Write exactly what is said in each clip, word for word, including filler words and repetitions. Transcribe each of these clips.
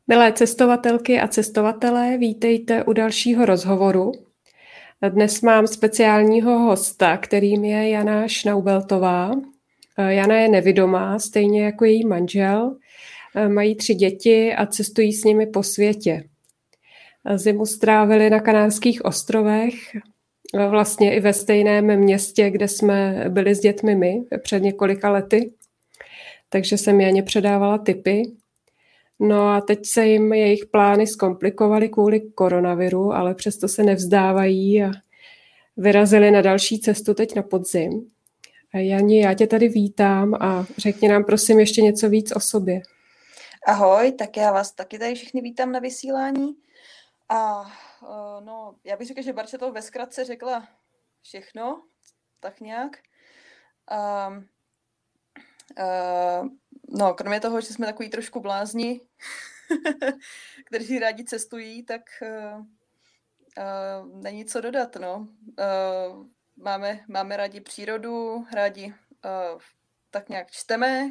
Milé cestovatelky a cestovatelé, vítejte u dalšího rozhovoru. Dnes mám speciálního hosta, kterým je Jana Šnaubeltová. Jana je nevidomá, stejně jako její manžel. Mají tři děti a cestují s nimi po světě. Zimu strávili na Kanárských ostrovech, vlastně i ve stejném městě, kde jsme byli s dětmi my před několika lety. Takže jsem Janě předávala tipy. No a teď se jim jejich plány zkomplikovaly kvůli koronaviru, ale přesto se nevzdávají a vyrazili na další cestu teď na podzim. Jani, já tě tady vítám a řekni nám prosím ještě něco víc o sobě. Ahoj, tak já vás taky tady všichni vítám na vysílání. A no, já bych řekla, že Barča to ve zkratce řekla všechno, tak nějak. A, a, no, kromě toho, že jsme takový trošku blázni, kteří rádi cestují, tak uh, uh, není co dodat, no. Uh, máme, máme rádi přírodu, rádi uh, tak nějak čteme.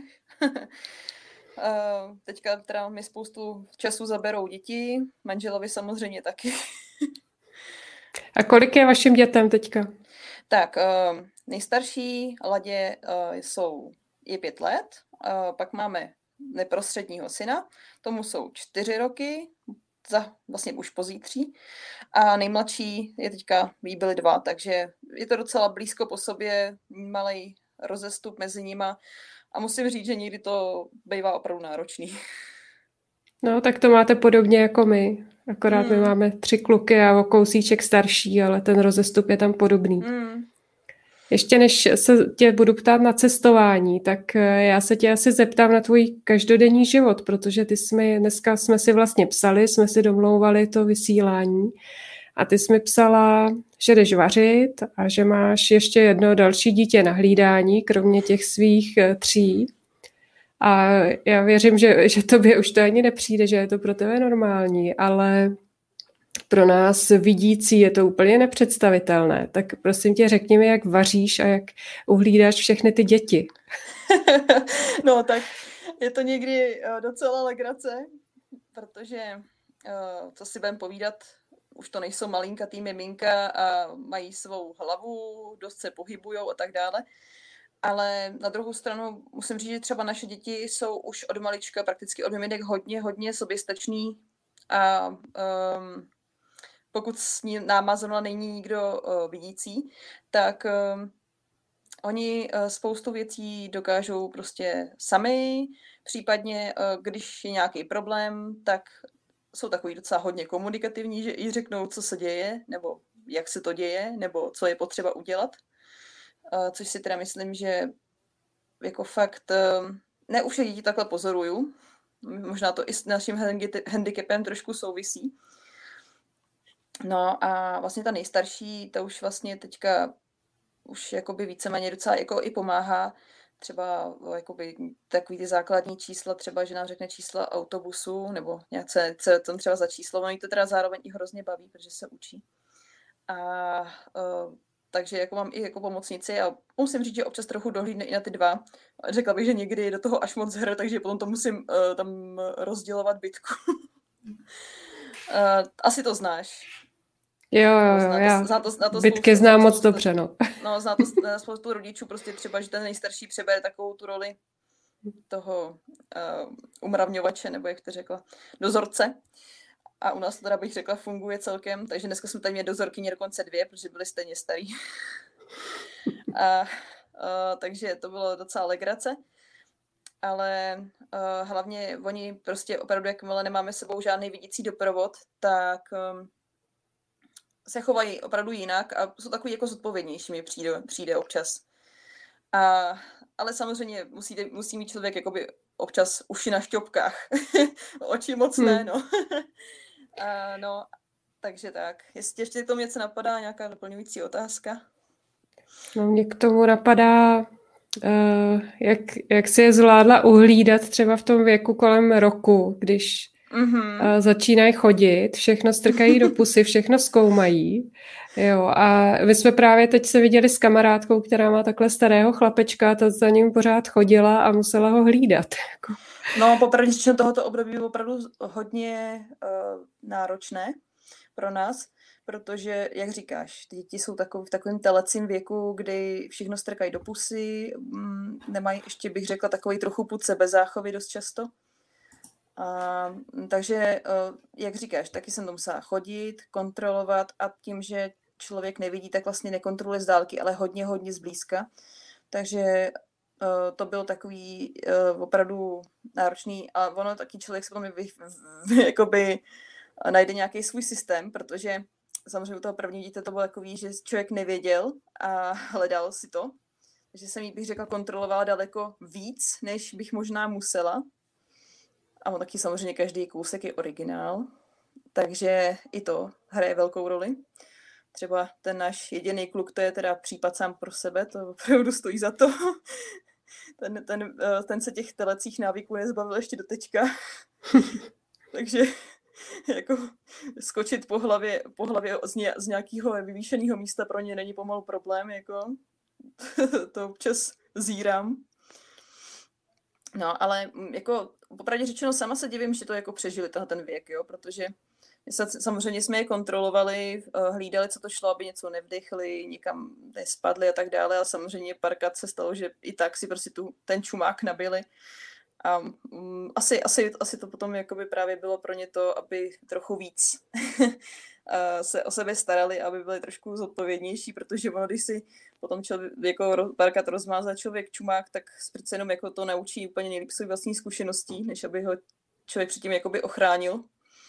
Uh, teďka teda mi spoustu času zaberou děti, manželovi samozřejmě taky. A kolik je vašim dětem teďka? Tak, uh, nejstarší Ladě uh, jsou je pět let, uh, pak máme neprostředního syna, tomu jsou čtyři roky, za vlastně už pozítří, a nejmladší je teďka, jí byly dva, takže je to docela blízko po sobě, malej rozestup mezi nima. A musím říct, že někdy to bývá opravdu náročný. No, tak to máte podobně jako my. Akorát hmm. my máme tři kluky a o kousíček starší, ale ten rozestup je tam podobný. Hmm. Ještě než se tě budu ptát na cestování, tak já se tě asi zeptám na tvůj každodenní život, protože ty jsme, dneska jsme si vlastně psali, jsme si domlouvali to vysílání a ty jsi mi psala, že jdeš vařit a že máš ještě jedno další dítě na hlídání, kromě těch svých tří. A já věřím, že, že tobě už to ani nepřijde, že je to pro tebe normální, ale pro nás vidící je to úplně nepředstavitelné. Tak prosím tě, řekni mi, jak vaříš a jak uhlídáš všechny ty děti. No tak je to někdy docela legrace, protože co si budeme povídat, už to nejsou malinkatý miminka a mají svou hlavu, dost se pohybujou a tak dále. Ale na druhou stranu musím říct, že třeba naše děti jsou už od malička, prakticky od miminek hodně, hodně soběstačný a um, pokud s ní náma zrovna není nikdo uh, vidící, tak um, oni uh, spoustu věcí dokážou prostě sami, případně uh, když je nějaký problém, tak jsou takový docela hodně komunikativní, že i řeknou, co se děje, nebo jak se to děje, nebo co je potřeba udělat. Uh, což si teda myslím, že jako fakt uh, ne už děti takhle pozoruju. Možná to i s naším handicapem trošku souvisí. No a vlastně ta nejstarší, ta už vlastně teďka už jakoby víceméně docela jako i pomáhá. Třeba jakoby takový ty základní čísla, třeba, že nám řekne čísla autobusu, nebo nějaké, co je tam třeba za číslo. No, jí to teda zároveň i hrozně baví, protože se učí. A uh, takže jako mám i jako pomocnici a musím říct, že občas trochu dohlídne i na ty dva. Řekla bych, že někdy je do toho až moc hr, takže potom to musím uh, tam rozdělovat bitku. uh, asi to znáš. Jo, jo, jo, já zná to, zná to bitky spoustu, znám moc dobře, no. No, zná to zná spoustu rodičů, prostě třeba, že ten nejstarší přebere takovou tu roli toho uh, umravňovače, nebo jak to řekla, dozorce. A u nás to teda bych řekla funguje celkem, takže dneska jsme tady měli dozorkyně dokonce dvě, protože byly stejně starý. a, uh, takže to bylo docela legrace. Ale uh, hlavně oni prostě opravdu, jakmile nemáme s sebou žádný vidící doprovod, tak um, se chovají opravdu jinak a jsou takový jako zodpovědnější, mi přijde, přijde občas. A, ale samozřejmě musí, musí mít člověk jakoby občas uši na šťopkách. Oči moc ne, no. A, no, takže tak. Jestli ještě k tomu něco napadá, nějaká doplňující otázka? No, mě k tomu napadá, uh, jak, jak si je zvládla uhlídat třeba v tom věku kolem roku, když Mm-hmm. Začínají chodit, všechno strkají do pusy, všechno zkoumají. Jo, a my jsme právě teď se viděli s kamarádkou, která má takhle starého chlapečka, ta za ním pořád chodila a musela ho hlídat. No, popravdě řečeno, tohoto období bylo opravdu hodně uh, náročné pro nás, protože, jak říkáš, ty děti jsou takový, v takovém telecím věku, kdy všechno strkají do pusy, m, nemají, ještě bych řekla, takový trochu pud sebezáchovy dost často. A, takže, uh, jak říkáš, taky jsem to musela chodit, kontrolovat a tím, že člověk nevidí, tak vlastně nekontroluje z dálky, ale hodně, hodně zblízka. Takže uh, to bylo takový uh, opravdu náročný a ono taky člověk se potom vy, vy, jakoby najde nějaký svůj systém, protože samozřejmě u toho prvního dítěte to bylo takový, že člověk nevěděl a hledal si to. Takže jsem jí, bych řekla, kontrolovala daleko víc, než bych možná musela. A on taky samozřejmě každý kousek je originál, takže i to hraje velkou roli. Třeba ten náš jediný kluk, to je teda případ sám pro sebe, to opravdu stojí za to. Ten, ten, ten se těch telecích návyků nezbavil ještě do teďka. Takže jako skočit po hlavě, po hlavě z, ně, z nějakého vyvýšeného místa pro ně není pomalu problém, jako to občas zírám. No, ale jako popravdě řečeno, sama se divím, že to jako přežili ten věk, jo, protože samozřejmě jsme je kontrolovali, hlídali, co to šlo, aby něco nevdechli, někam nespadli a tak dále, ale samozřejmě párkrát se stalo, že i tak si prostě tu, ten čumák nabili. A um, asi, asi, asi to potom jakoby právě bylo pro ně to, aby trochu víc se o sebe starali, aby byli trošku zodpovědnější, protože ono, když si potom člověk, jako párkrát rozmázá člověk čumák, tak přece jenom jako to naučí úplně nejlíp svůj vlastní zkušeností, než aby ho člověk předtím jakoby ochránil.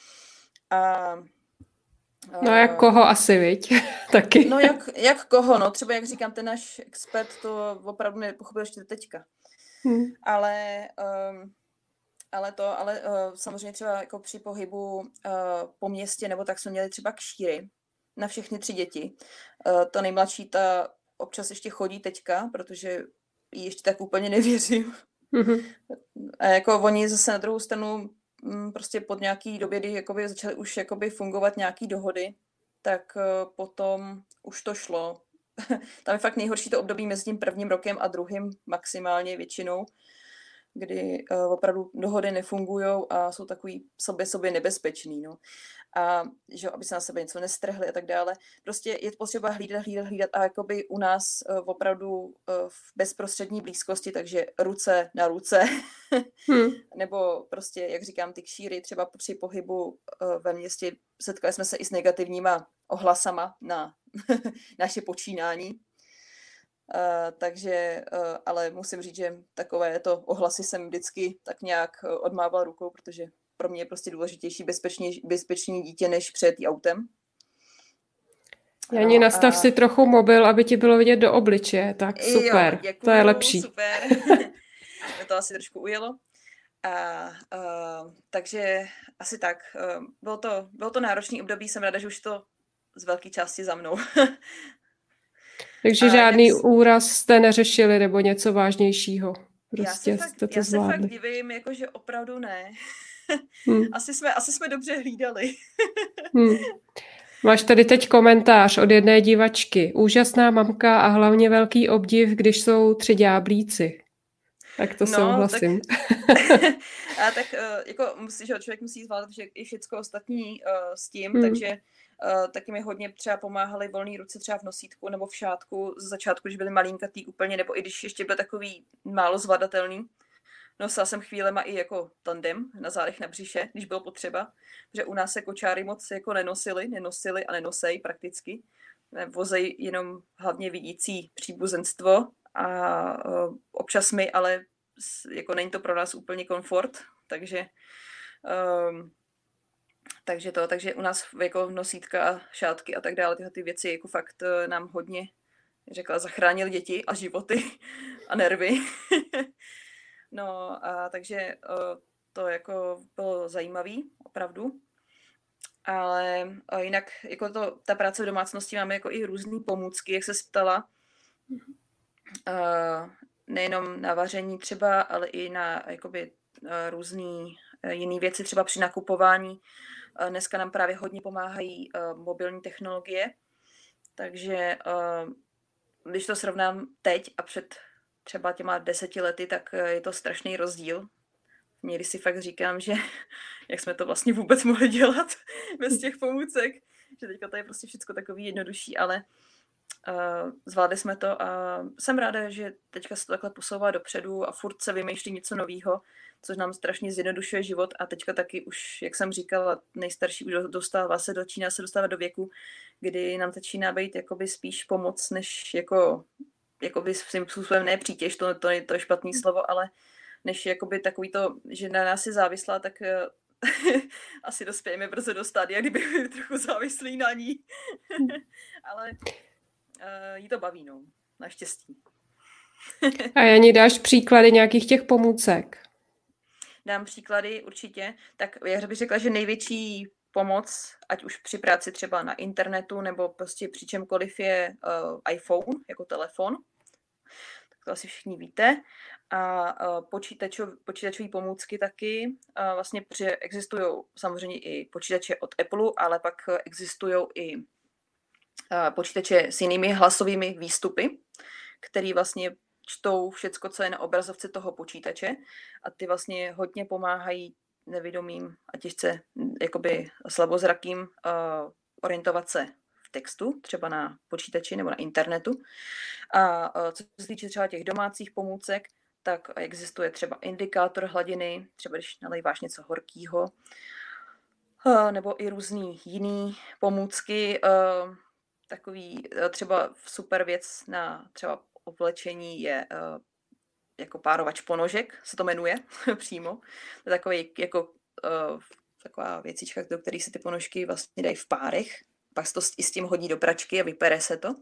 A, no jak koho asi, viď? Taky. No jak, jak koho, no. Třeba jak říkám, ten náš expert to opravdu nepochopil ještě teďka. Hmm. Ale, um, ale to, ale uh, samozřejmě třeba jako při pohybu uh, po městě, nebo tak jsme měli třeba kšíry na všechny tři děti. Uh, ta nejmladší, ta občas ještě chodí teďka, protože jí ještě tak úplně nevěřím. Mm-hmm. A jako oni zase na druhou stranu prostě pod nějaký době, kdy jakoby začaly už jakoby fungovat nějaký dohody, tak uh, potom už to šlo. Tam je fakt nejhorší to období mezi tím prvním rokem a druhým maximálně většinou, kdy uh, opravdu dohody nefungují a jsou takový sobě sobě nebezpečný. No. A že aby se na sebe něco nestrhli a tak dále. Prostě je potřeba hlídat, hlídat, hlídat a jakoby u nás uh, opravdu uh, v bezprostřední blízkosti, takže ruce na ruce. hmm. Nebo prostě, jak říkám, ty kšíry třeba při pohybu uh, ve městě setkali jsme se i s negativníma ohlasama na naše počínání. Uh, takže, uh, ale musím říct, že takové to ohlasy jsem vždycky tak nějak uh, odmával rukou, protože pro mě je prostě důležitější bezpečný, bezpečný dítě, než přejet autem. Jani, no, nastav a... si trochu mobil, aby ti bylo vidět do obličeje, tak super, jo, děkuju, to je lepší. Super, to asi trošku ujelo. A, uh, takže asi tak, uh, bylo to, bylo to náročný období, jsem ráda, že už to z velké části za mnou. Takže a žádný jsi... úraz jste neřešili nebo něco vážnějšího? Prostě já se fakt, já se fakt divím, jakože opravdu ne. Hmm. Asi, jsme, asi jsme dobře hlídali. hmm. Máš tady teď komentář od jedné divačky. Úžasná mamka a hlavně velký obdiv, když jsou tři ďáblíci. Tak to no, souhlasím. Tak, a tak jako musí, že člověk musí zvládat že i všecko ostatní uh, s tím, hmm. takže uh, taky mi hodně třeba pomáhaly volné ruce třeba v nosítku nebo v šátku z začátku, když byly malinkatý úplně, nebo i když ještě byl takový málo zvladatelný. Nosila jsem chvílema i jako tandem na zádech na břiše, když bylo potřeba, protože u nás se kočáry moc jako nenosily, nenosily a nenosej prakticky. Vozej jenom hlavně vidící příbuzenstvo a uh, občas my, ale jako není to pro nás úplně komfort, takže um, takže to, takže u nás jako nosítka a šátky a tak dále, tyhle ty věci jako fakt uh, nám hodně, řekla, zachránil děti a životy a nervy. No a takže uh, to jako bylo zajímavý, opravdu. Ale uh, jinak jako to, ta práce v domácnosti máme jako i různý pomůcky, jak se ptala. Uh, nejenom na vaření třeba, ale i na jakoby různý jiný věci, třeba při nakupování. Dneska nám právě hodně pomáhají mobilní technologie, takže když to srovnám teď a před třeba těma deseti lety, tak je to strašný rozdíl. Někdy si fakt říkám, že jak jsme to vlastně vůbec mohli dělat bez těch pomůcek, že teďka to je prostě všechno takový jednodušší, ale uh, zvládli jsme to a jsem ráda, že teďka se to takhle posouvá dopředu a furt se vymýšlí něco nového, což nám strašně zjednodušuje život a teďka taky už, jak jsem říkala, nejstarší už dostává se, začíná se dostávat do věku, kdy nám začíná být jakoby spíš pomoc, než jako, jakoby svým způsobem ne přítěž, to, to, je, to je špatný slovo, ale než jakoby takový to, že na nás je závislá, tak asi dospějeme brzo do stádia, kdyby byli trochu závislí na ní. Ale uh, jí to baví, no. Naštěstí. A Jani, dáš příklady nějakých těch pomůcek? Dám příklady určitě. Tak já bych řekla, že největší pomoc, ať už při práci třeba na internetu, nebo prostě při čemkoliv je uh, iPhone, jako telefon. Tak to asi všichni víte. A uh, počítačov, počítačové pomůcky taky. Uh, vlastně existují samozřejmě i počítače od Apple, ale pak existují i uh, počítače s jinými hlasovými výstupy, který vlastně čtou všecko, co je na obrazovce toho počítače a ty vlastně hodně pomáhají nevidomým a těžce jakoby slabozrakým uh, orientovat se v textu, třeba na počítači nebo na internetu. A uh, co se týče třeba těch domácích pomůcek, tak existuje třeba indikátor hladiny, třeba když nalejváš něco horkýho, uh, nebo i různý jiný pomůcky, uh, takový uh, třeba super věc na třeba oblečení je uh, jako párovač ponožek, se to jmenuje přímo. To je takový jako uh, taková věcička, do které se ty ponožky vlastně dají v párech. Pak se to i s tím hodí do pračky a vypere se to. Uh,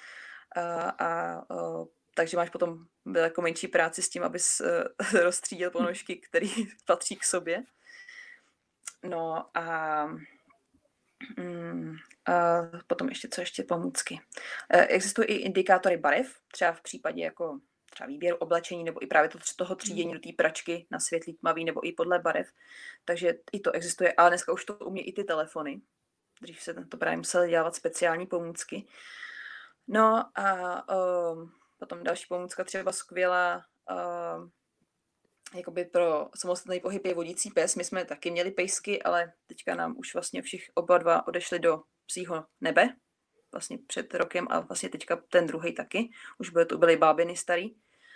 a uh, takže máš potom jako menší práci s tím, abys uh, rozstřídil ponožky, které patří k sobě. No a Mm, a potom ještě co ještě pomůcky. Existují i indikátory barev, třeba v případě jako třeba výběru oblečení nebo i právě to, toho třídění do té pračky na světlý, tmavý nebo i podle barev. Takže i to existuje, ale dneska už to umí i ty telefony. Dřív se to právě museli dělat speciální pomůcky. No a um, potom další pomůcka třeba skvělá um, jakoby pro samostatný pohyb je vodící pes. My jsme taky měli pejsky, ale teďka nám už vlastně všich oba dva odešli do psího nebe. Vlastně před rokem a vlastně teďka ten druhý taky. Už byly, to byly bábiny starý.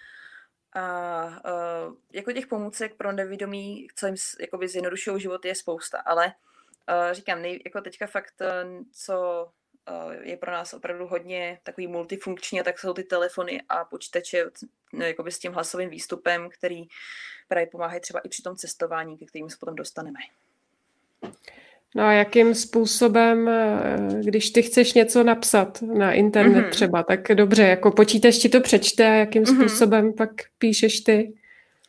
A uh, jako těch pomůcek pro nevědomí, co jim jakoby zjednodušují život, je spousta. Ale uh, říkám, nej, jako teďka fakt, uh, co uh, je pro nás opravdu hodně takový multifunkční, a tak jsou ty telefony a počítače jakoby s tím hlasovým výstupem, který právě pomáhají třeba i při tom cestování, ke kterým se potom dostaneme. No a jakým způsobem, když ty chceš něco napsat na internet mm-hmm. třeba, tak dobře, jako počítač ti to přečte a jakým mm-hmm. způsobem pak píšeš ty?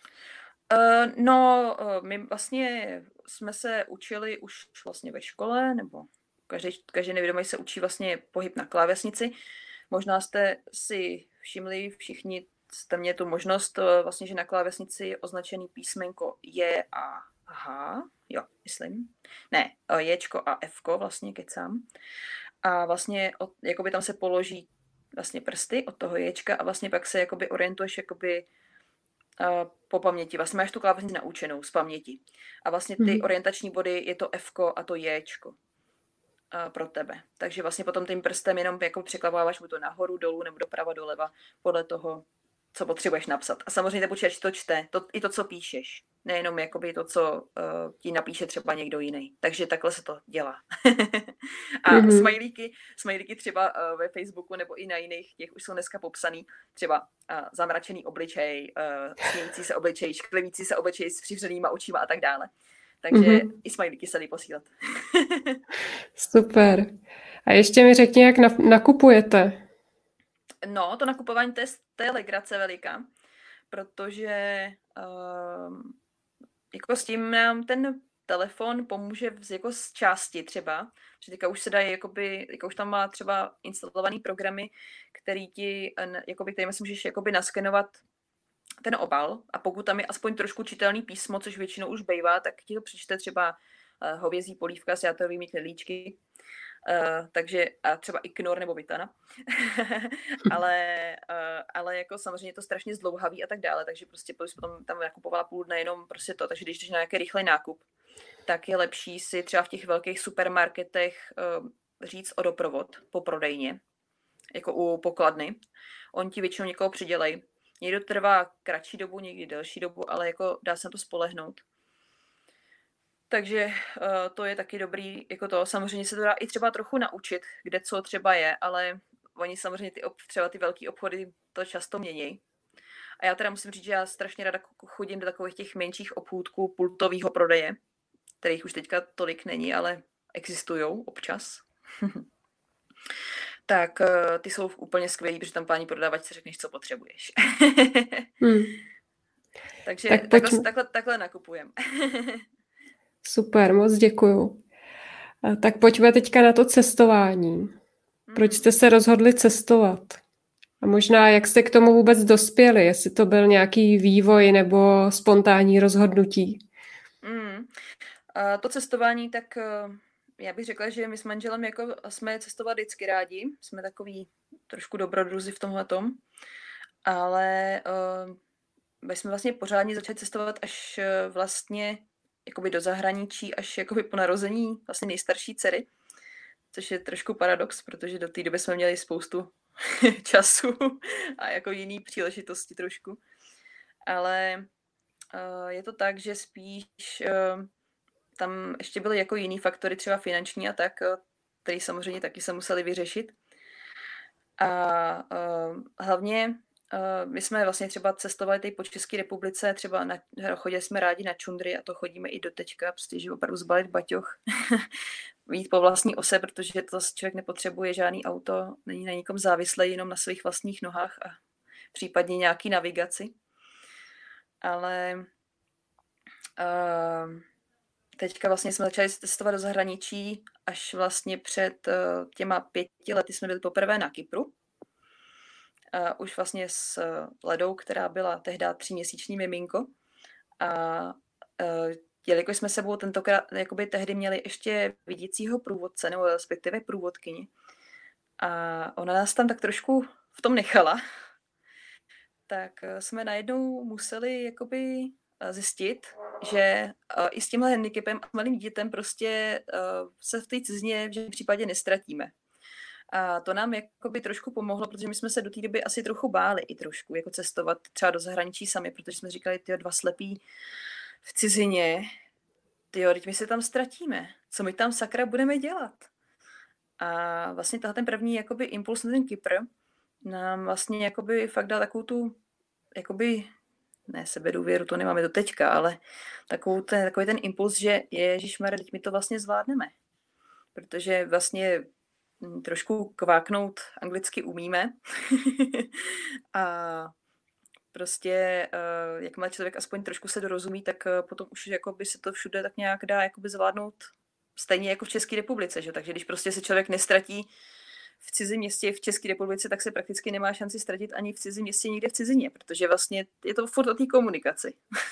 Uh, no, uh, my vlastně jsme se učili už vlastně ve škole, nebo každý, každý nevědomý se učí vlastně pohyb na klávesnici. Možná jste si všimli všichni, jste měli tu možnost vlastně, že na klávesnici je označený písmenko J a H, jo, myslím. Ne, Jčko a Fko vlastně kecám. A vlastně od, jakoby tam se položí vlastně prsty od toho Jčka a vlastně pak se jakoby orientuješ jakoby uh, po paměti. Vlastně máš tu klávesnici naučenou z paměti. A vlastně ty mm. orientační body je to Fko a to Jčko. Pro tebe. Takže vlastně potom tím prstem jenom jako překlapováváš buď to nahoru, dolů nebo doprava, doleva, podle toho, co potřebuješ napsat. A samozřejmě ten počítač to čte, to, i to, co píšeš. Nejenom jakoby to, co uh, ti napíše třeba někdo jiný. Takže takhle se to dělá. A mm-hmm. smajlíky, smajlíky třeba uh, ve Facebooku nebo i na jiných těch už jsou dneska popsaný. Třeba uh, zamračený obličej, uh, smějící se obličej, šklivící se obličej s přivřenýma očima a tak dále. Takže mm-hmm. i smajlíky se dají posílat. Super. A ještě mi řekni, jak nakupujete. No, to nakupování, to je, to je legrace veliká, protože uh, jako s tím nám ten telefon pomůže z, jako z části třeba, že teďka už se dají, jakoby, teďka už tam má třeba instalovaný programy, který ti, jakoby, kterými si můžeš jakoby naskenovat ten obal a pokud tam je aspoň trošku čitelný písmo, což většinou už bejvá, tak ti to přečte třeba uh, hovězí polívka s játorovými knedlíčky. Uh, takže a třeba i Knorr nebo Vitana. ale, uh, ale jako samozřejmě je to strašně zdlouhavý a tak dále, takže prostě potom tam nakupovala půl dne jenom prostě to, takže když jdeš na nějaký rychlej nákup, tak je lepší si třeba v těch velkých supermarketech uh, říct o doprovod po prodejně, jako u pokladny. On ti většinou někoho přidělej. Někdo trvá kratší dobu, někdy delší dobu, ale jako dá se na to spolehnout. Takže uh, to je taky dobrý, jako to, samozřejmě se to dá i třeba trochu naučit, kde co třeba je, ale oni samozřejmě ty, třeba ty velký obchody to často mění. A já teda musím říct, že já strašně ráda chodím do takových těch menších obchůdků pultového prodeje, kterých už teďka tolik není, ale existujou občas. Tak uh, ty jsou úplně skvělý, protože tam páni prodavačce řekneš, co potřebuješ. hmm. Takže tak takhle, takhle, takhle nakupujeme. Super, moc děkuju. Tak pojďme teďka na to cestování. Proč jste se rozhodli cestovat? A možná, jak jste k tomu vůbec dospěli? Jestli to byl nějaký vývoj nebo spontánní rozhodnutí? Mm. A to cestování, tak já bych řekla, že my s manželem jako jsme cestovat vždycky rádi. Jsme takový trošku dobrodruzi v tomhletom. Ale uh, my jsme vlastně pořádně začali cestovat až uh, vlastně jakoby do zahraničí, až jakoby po narození vlastně nejstarší dcery. Což je trošku paradox, protože do té doby jsme měli spoustu času a jako jiný příležitosti trošku. Ale uh, je to tak, že spíš uh, tam ještě byly jako jiný faktory, třeba finanční a tak, uh, které samozřejmě taky se museli vyřešit. A uh, hlavně uh, my jsme vlastně třeba cestovali tady po České republice, třeba na chodili jsme rádi na čundry a to chodíme i do teďka, protože opravdu zbalit baťoch, jít po vlastní ose, protože to člověk nepotřebuje žádný auto, není na nikom závislý, jenom na svých vlastních nohách a případně nějaký navigaci. Ale uh, teďka vlastně jsme začali cestovat do zahraničí, až vlastně před uh, těma pěti lety jsme byli poprvé na Kypru. Uh, už vlastně s Ledou, která byla tehdy tříměsíční miminko. A uh, jelikož jsme sebou tentokrát, jakoby tehdy měli ještě vidícího průvodce, nebo respektive průvodkyni. A ona nás tam tak trošku v tom nechala. Tak jsme najednou museli jakoby zjistit, že uh, i s tímhle handicapem a malým dítětem prostě uh, se v té cizině v žádném případě nestratíme. A to nám jakoby trošku pomohlo, protože my jsme se do té doby asi trochu báli i trošku, jako cestovat třeba do zahraničí sami, protože jsme říkali, tyjo, dva slepí v cizině, tyjo, teď my se tam ztratíme. Co my tam sakra budeme dělat? A vlastně tahle ten první jakoby impuls na ten Kypr nám vlastně jakoby fakt dal takovou tu, jakoby, ne sebedůvěru, to nemáme do teďka, ale takovou ten, takový ten impuls, že ježišmarja, teď my to vlastně zvládneme. Protože vlastně trošku kváknout anglicky umíme. A prostě, uh, jak má člověk aspoň trošku se dorozumí, tak uh, potom už jakoby se to všude tak nějak dá jakoby zvládnout stejně jako v České republice. Že? Takže když prostě se člověk nestratí v cizím městě v České republice, tak se prakticky nemá šanci ztratit ani v cizím městě nikde v cizině, protože vlastně je to furt o té komunikaci.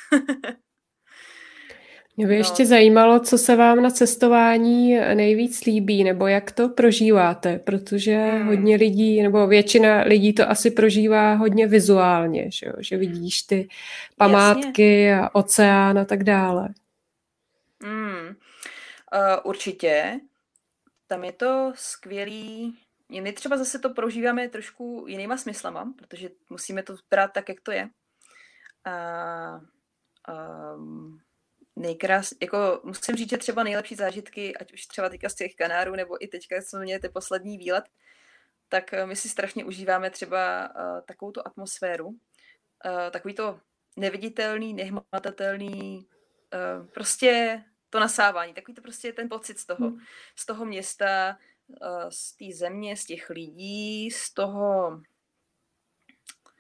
Mě by no. ještě zajímalo, co se vám na cestování nejvíc líbí, nebo jak to prožíváte, protože hmm. hodně lidí, nebo většina lidí to asi prožívá hodně vizuálně, že, jo? Že vidíš ty památky Jasně. a oceán a tak dále. Hmm. Uh, určitě. Tam je to skvělý. My třeba zase to prožíváme trošku jinýma smyslama, protože musíme to brát tak, jak to je. A um, nejkrás, jako musím říct, že třeba nejlepší zážitky, ať už třeba teďka z těch Kanárů, nebo i teďka jsme měli ten poslední výlet, tak my si strašně užíváme třeba uh, takovou tu atmosféru, uh, takový to neviditelný, nehmatatelný, uh, prostě to nasávání, takový to prostě ten pocit z toho, hmm. z toho města, uh, z té země, z těch lidí, z toho,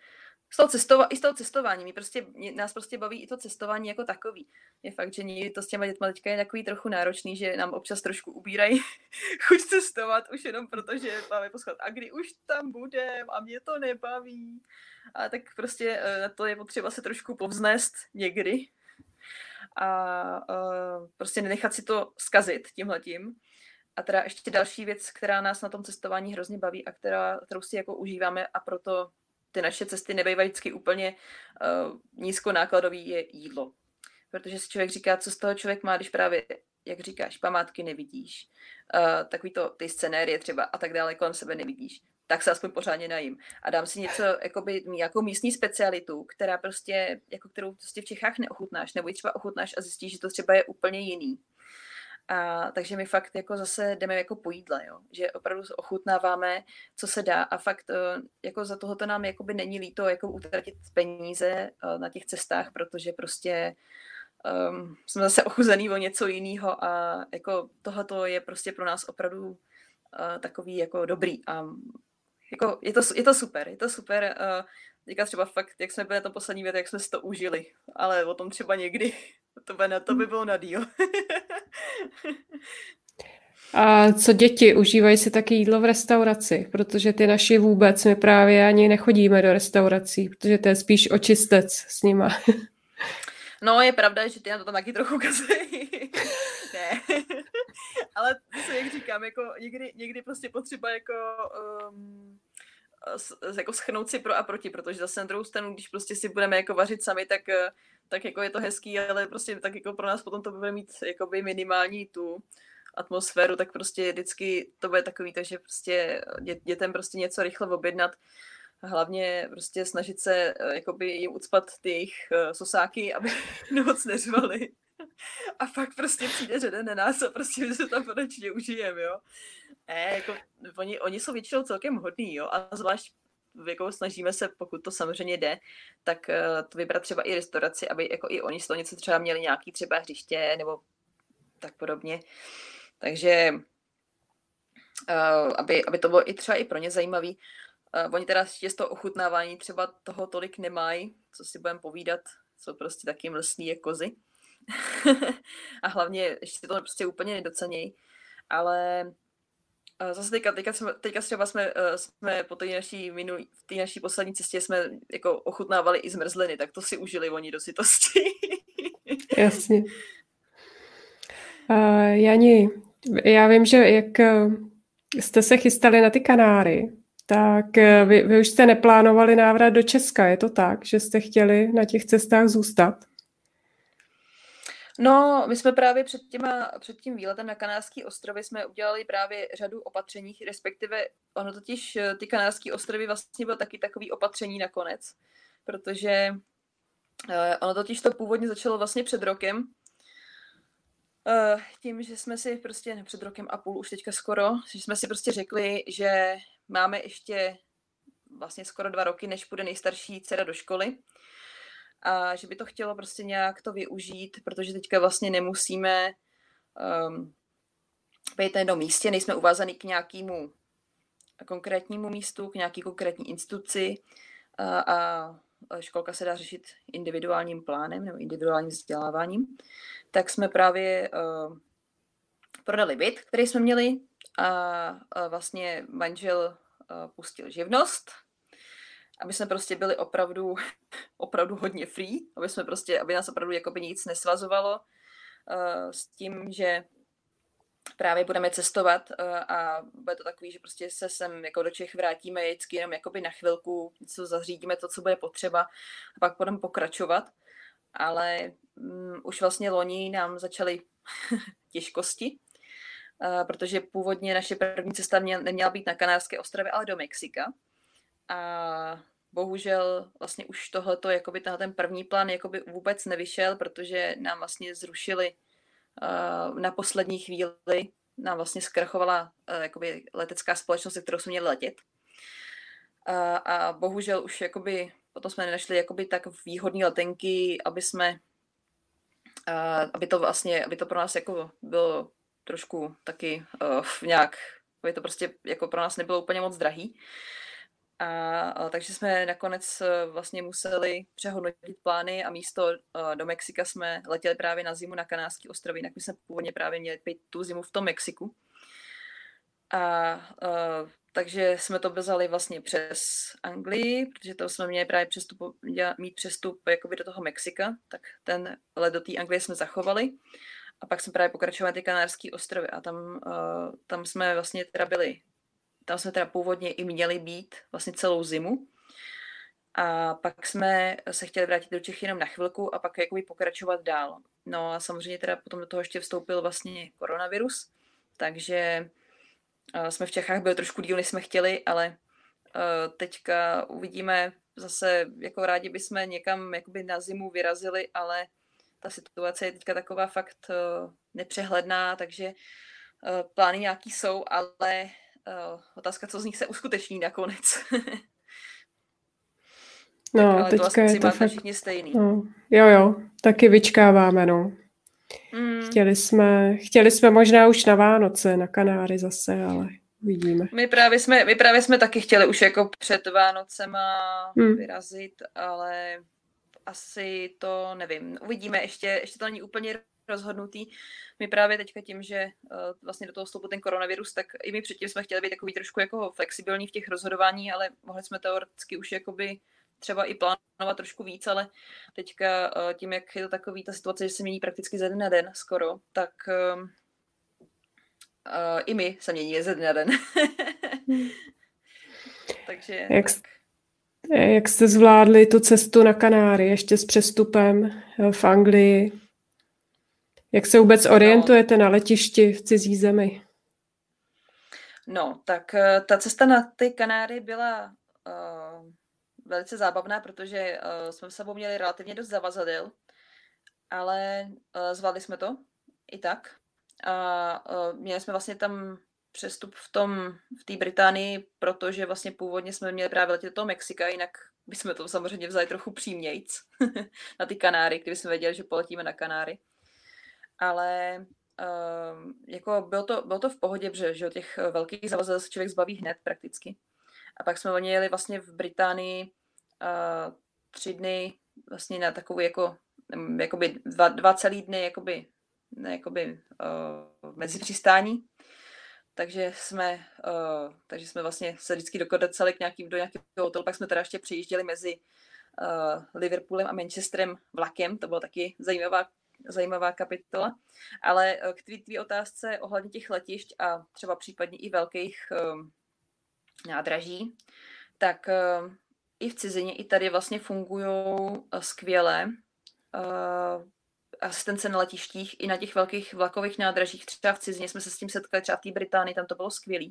Z toho cestova- I z toho cestování. Mě prostě, mě, nás prostě baví i to cestování jako takový. Je fakt, že někdy to s těma dětma teďka je takový trochu náročný, že nám občas trošku ubírají chuť cestovat, už jenom protože máme poslouchat. A kdy už tam budem a mě to nebaví. A tak prostě na to je potřeba se trošku povznést někdy. A uh, prostě nenechat si to zkazit tímhletím. A teda ještě další věc, která nás na tom cestování hrozně baví a která, kterou si jako užíváme a proto ty naše cesty nebývají vždycky úplně uh, nízkonákladový, je jídlo. Protože si člověk říká, co z toho člověk má, když právě, jak říkáš, památky nevidíš, uh, takový to, ty scenérie třeba a tak dále kolem sebe nevidíš, tak se aspoň pořádně najím. A dám si něco, jakoby, jako místní specialitu, která prostě, jako kterou prostě v Čechách neochutnáš, nebo ji třeba ochutnáš a zjistíš, že to třeba je úplně jiný. A takže my fakt jako zase jdeme jako po jídle, jo? Že opravdu ochutnáváme, co se dá a fakt jako za tohoto nám jakoby není líto jako utratit peníze na těch cestách, protože prostě um, jsme zase ochuzený o něco jiného a jako tohoto je prostě pro nás opravdu uh, takový jako dobrý a jako je to, je to super, je to super. Uh, teďka třeba fakt, jak jsme byli na tom poslední větě, jak jsme si to užili, ale o tom třeba někdy, to by, na, to by bylo na díl. A co děti? Užívají si taky jídlo v restauraci? Protože ty naši vůbec, my právě ani nechodíme do restaurací, protože to je spíš očistec s nima. No, je pravda, že ty na to tam taky trochu kazí. Ne. Ale co jak říkám, jako někdy, někdy prostě potřeba jako, um, jako schrnout si pro a proti, protože zase na druhou stranu, když prostě si budeme jako vařit sami, tak, tak jako je to hezký, ale prostě tak jako pro nás potom to bude mít jakoby minimální tu atmosféru, tak prostě vždycky to bude takový, takže prostě dě, dětem prostě něco rychle objednat, hlavně prostě snažit se jakoby jim ucpat ty jejich sosáky, aby moc neřvali. A pak prostě přijde řada na nás a prostě my se tam konečně užijeme, jo. E, jako, oni, oni jsou většinou celkem hodný, jo, a zvlášť jako snažíme se, pokud to samozřejmě jde, tak uh, to vybrat třeba i restauraci, aby jako i oni z toho něco třeba měli nějaký třeba hřiště nebo tak podobně. Takže uh, aby, aby to bylo i třeba i pro ně zajímavý. Uh, oni teda ještě z toho ochutnávání třeba toho tolik nemají, co si budeme povídat, jsou prostě taky mlsný jak kozy. A hlavně ještě to prostě úplně nedocenějí. Ale uh, zase teďka, teďka, teďka třeba jsme, uh, jsme po té naší minulý, v té naší poslední cestě jsme jako ochutnávali i zmrzliny, tak to si užili oni do sytosti. Jasně. Uh, Jani, já vím, že jak jste se chystali na ty Kanáry, tak vy, vy už jste neplánovali návrat do Česka, je to tak, že jste chtěli na těch cestách zůstat? No, my jsme právě před, těma, před tím výletem na Kanárské ostrovy jsme udělali právě řadu opatření, respektive ono totiž ty Kanárské ostrovy vlastně bylo taky takový opatření nakonec, protože ono totiž to původně začalo vlastně před rokem, Uh, tím, že jsme si prostě, ne před rokem a půl, už teďka skoro, že jsme si prostě řekli, že máme ještě vlastně skoro dva roky, než půjde nejstarší dcera do školy a že by to chtělo prostě nějak to využít, protože teďka vlastně nemusíme um, být na jednom místě, nejsme uvázaný k nějakému konkrétnímu místu, k nějaký konkrétní instituci a, a školka se dá řešit individuálním plánem nebo individuálním vzděláváním, tak jsme právě uh, prodali byt, který jsme měli a, a vlastně manžel uh, pustil živnost, aby jsme prostě byli opravdu, opravdu hodně free, aby jsme prostě, aby nás opravdu jakoby nic nesvazovalo uh, s tím, že právě budeme cestovat uh, a bude to takový, že prostě se sem jako do Čech vrátíme vždycky jenom jakoby na chvilku, něco zařídíme to, co bude potřeba a pak budeme pokračovat. Ale um, už vlastně loni nám začaly těžkosti, uh, protože původně naše první cesta mě, neměla být na Kanárské ostrovy, ale do Mexika. A bohužel vlastně už tohleto, jakoby ten první plán jakoby vůbec nevyšel, protože nám vlastně zrušili uh, na poslední chvíli, nám vlastně zkrachovala uh, jakoby letecká společnost, se kterou jsme měli letět. Uh, a bohužel už jakoby potom jsme nenašli jakoby tak výhodné letenky, aby jsme, uh, aby to vlastně, aby to pro nás jako bylo trošku taky uh, nějak, aby to prostě jako pro nás nebylo úplně moc drahý. A, a takže jsme nakonec vlastně museli přehodnotit plány a místo a, do Mexika jsme letěli právě na zimu na Kanárské ostrovy, jinak my jsme původně právě měli být tu zimu v tom Mexiku. A, a takže jsme to vzali vlastně přes Anglii, protože to jsme měli právě přestup, mít přestup jakoby do toho Mexika, tak ten let do té Anglie jsme zachovali. A pak jsme právě pokračovali na ty Kanárské ostrovy a tam, uh, tam jsme vlastně teda byli, tam jsme teda původně i měli být vlastně celou zimu. A pak jsme se chtěli vrátit do Čech jenom na chvilku a pak jakoby pokračovat dál. No a samozřejmě teda potom do toho ještě vstoupil vlastně koronavirus, takže uh, jsme v Čechách byli trošku díl, než jsme chtěli, ale uh, teďka uvidíme zase, jako rádi bychom někam jakoby na zimu vyrazili, ale ta situace je teďka taková fakt uh, nepřehledná, takže uh, plány nějaký jsou, ale uh, otázka, co z nich se uskuteční nakonec. No, tak, ale teďka to asi je to máte fakt... všichni stejný. No, jo, jo, taky vyčkáváme, no. Mm. Chtěli jsme, chtěli jsme možná už na Vánoce, na Kanáry zase, ale uvidíme. My právě jsme, my právě jsme taky chtěli už jako před Vánocema mm. vyrazit, ale asi to nevím. Uvidíme, ještě, ještě to není úplně rozhodnutý. My právě teďka tím, že uh, vlastně do toho vstoupil ten koronavirus, tak i my předtím jsme chtěli být takový trošku jako flexibilní v těch rozhodování, ale mohli jsme teoreticky už jakoby třeba i plánovat trošku víc, ale teďka uh, tím, jak je to takový ta situace, že se mění prakticky ze dne na den skoro, tak uh, uh, i my se mění ze dne na den. Takže jak, tak. Jak jste zvládli tu cestu na Kanáry ještě s přestupem v Anglii? Jak se vůbec orientujete no. na letišti v cizí zemi? No, tak ta cesta na ty Kanáry byla uh, velice zábavná, protože uh, jsme s sebou měli relativně dost zavazadel, ale uh, zvládli jsme to i tak. A uh, měli jsme vlastně tam přestup v tom, v té Británii, protože vlastně původně jsme měli právě letět do toho Mexika, jinak bychom to samozřejmě vzali trochu přímějc na ty Kanáry, kdyby jsme věděli, že poletíme na Kanáry. Ale uh, jako bylo to, bylo to v pohodě, protože že těch velkých zavazadel se člověk zbaví hned prakticky. A pak jsme oni jeli vlastně v Británii uh, tři dny vlastně na takovou jako jakoby dva, dva celý dny jakoby, ne, jakoby uh, mezi přistání. Takže jsme, uh, takže jsme vlastně se vždycky dokodaceli k nějakým, do nějakého hotelu, pak jsme teda ještě přejížděli mezi uh, Liverpoolem a Manchesterem vlakem, to byla taky zajímavá, zajímavá kapitola. Ale uh, k tvý, tvý otázce ohledně těch letišť a třeba případně i velkých um, nádraží, tak uh, i v cizině, i tady vlastně fungují uh, skvěle uh, asistence na letištích i na těch velkých vlakových nádražích. Třeba v cizině jsme se s tím setkali, třeba v té Británii, tam to bylo skvělý.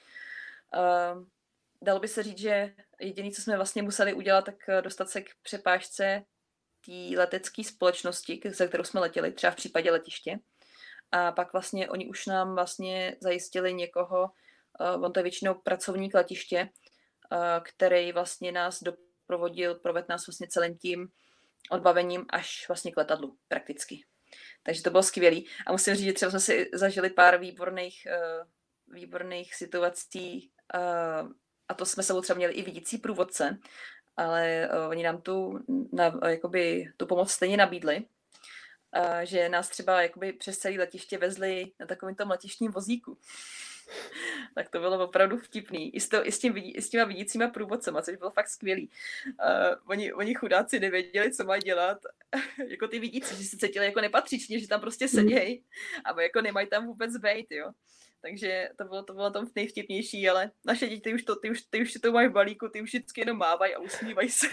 Uh, dalo by se říct, že jediné, co jsme vlastně museli udělat, tak dostat se k přepážce té letecké společnosti, za kterou jsme letěli, třeba v případě letiště. A pak vlastně oni už nám vlastně zajistili někoho, uh, on to je většinou pracovník letiště, uh, který vlastně nás doprovodil, provedl nás vlastně celým tím odbavením až vlastně k letadlu prakticky. Takže to bylo skvělý. A musím říct, že třeba jsme si zažili pár výborných, uh, výborných situací uh, a to jsme sebou třeba měli i vidící průvodce, ale uh, oni nám tu, na, jakoby, tu pomoc stejně nabídli, uh, že nás třeba jakoby přes celé letiště vezli na takovém tom letištním vozíku. Tak to bylo opravdu vtipný. I s, to, i s, tím, i s těma vidícíma průvodcema, což bylo fakt skvělý. Uh, oni, oni chudáci nevěděli, co mají dělat. Jako ty vidící, že se cítili jako nepatřičně, že tam prostě sedějí a jako nemají tam vůbec bejt, jo. Takže to bylo, to bylo tam nejvtipnější, ale naše děti, ty už to, ty už, ty už to mají v balíku, ty už vždycky jenom mávají a usmívají se.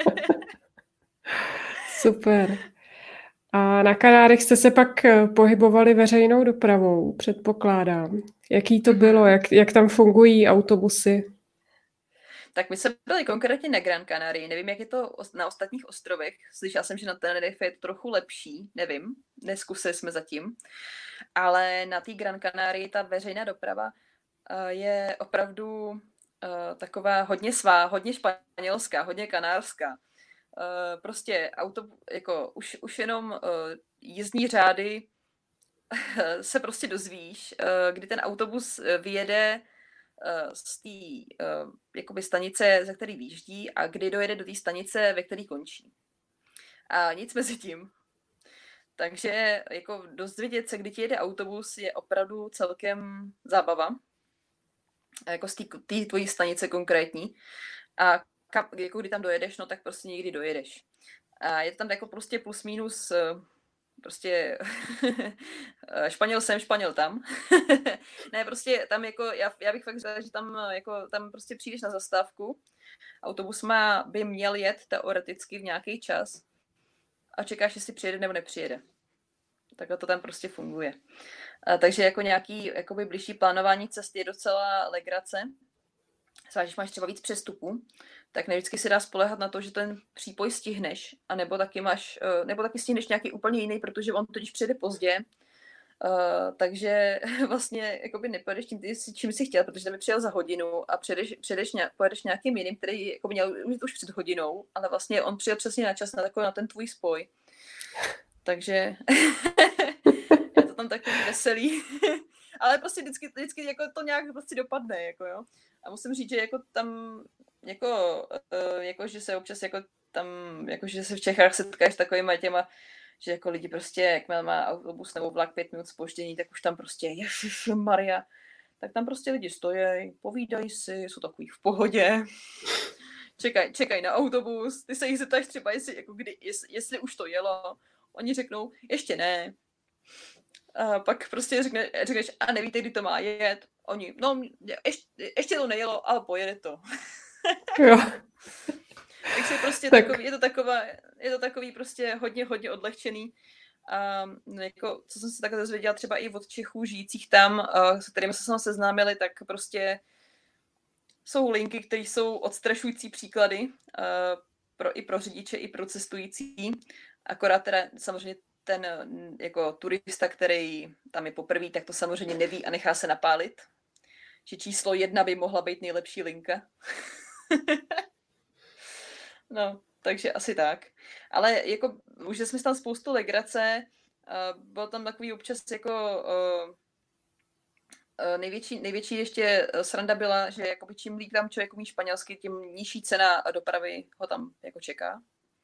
Super. A na Kanárech jste se pak pohybovali veřejnou dopravou, předpokládám. Jaký to bylo? Jak, jak tam fungují autobusy? Tak my jsme byli konkrétně na Gran Canaria. Nevím, jak je to na ostatních ostrovech. Slyšela jsem, že na Tenerife je to trochu lepší. Nevím, neskusili jsme zatím. Ale na té Gran Canaria ta veřejná doprava uh, je opravdu uh, taková hodně svá, hodně španělská, hodně kanárská. Uh, prostě auto, jako už, už jenom uh, jízdní řády se prostě dozvíš, uh, kdy ten autobus vyjede z té uh, jakoby stanice, ze které výjíždí a kdy dojede do té stanice, ve které končí. A nic mezi tím. Takže jako dozvědět se, kdy ti jede autobus, je opravdu celkem zábava. Jako z té tvojí stanice konkrétní. A kam, jako kdy tam dojedeš, no tak prostě někdy dojedeš. A je to tam jako prostě plus minus prostě Španěl sem, Španěl tam. Ne, prostě tam jako, já, já bych fakt řekla, že tam jako, tam prostě přijdeš na zastávku, autobus má, by měl jet teoreticky v nějaký čas a čekáš, jestli přijede nebo nepřijede. Takhle to tam prostě funguje. A, takže jako nějaký jakoby blížší plánování cesty je docela legrace. Zvlášť, když máš třeba víc přestupů, tak nevždycky se dá spoléhat na to, že ten přípoj stihneš, anebo taky máš, nebo taky stihneš nějaký úplně jiný, protože on totiž přijde pozdě, uh, takže vlastně jakoby nepojedeš tím, čím jsi chtěl, protože tam by přijel za hodinu a přijedeš, přijedeš nějak, pojedeš nějakým jiným, který jako měl už před hodinou, ale vlastně on přijel přesně na čas na, takový, na ten tvůj spoj. Takže je to tam takový veselý. Ale prostě vždycky, vždycky jako to nějak prostě dopadne, jako jo. A musím říct, že jako tam, jako, uh, jako že se občas jako tam, jako že se v Čechách setkáš s takovýma těma, že jako lidi prostě, jakmile má autobus nebo vlak pět minut zpoždění, tak už tam prostě ježišmarja, tak tam prostě lidi stojí, povídají si, jsou takový v pohodě, čekaj, čekaj na autobus, ty se jich zeptáš třeba, jestli, jako kdy, jestli, jestli už to jelo, oni řeknou, ještě ne. A pak prostě řekne, řekneš, a nevíte, kdy to má jet. Oni, no, ještě, ještě to nejelo, ale pojede to. Jo. Takže prostě tak. takový, je to taková, je to takový prostě hodně, hodně odlehčený. A jako, co jsem se takhle dozvěděla třeba i od Čechů žijících tam, s kterými se jsem seznámili, tak prostě jsou linky, které jsou odstrašující příklady pro, i pro řidiče, i pro cestující. Akorát teda samozřejmě ten jako turista, který tam je poprvé, tak to samozřejmě neví a nechá se napálit. Že číslo jedna by mohla být nejlepší linka. No, takže asi tak. Ale jako už jsme tam spoustu legrace, uh, byl tam takový občas jako uh, uh, největší, největší ještě sranda byla, že jakoby čím líp tam člověk umí španělsky, tím nižší cena dopravy ho tam jako čeká.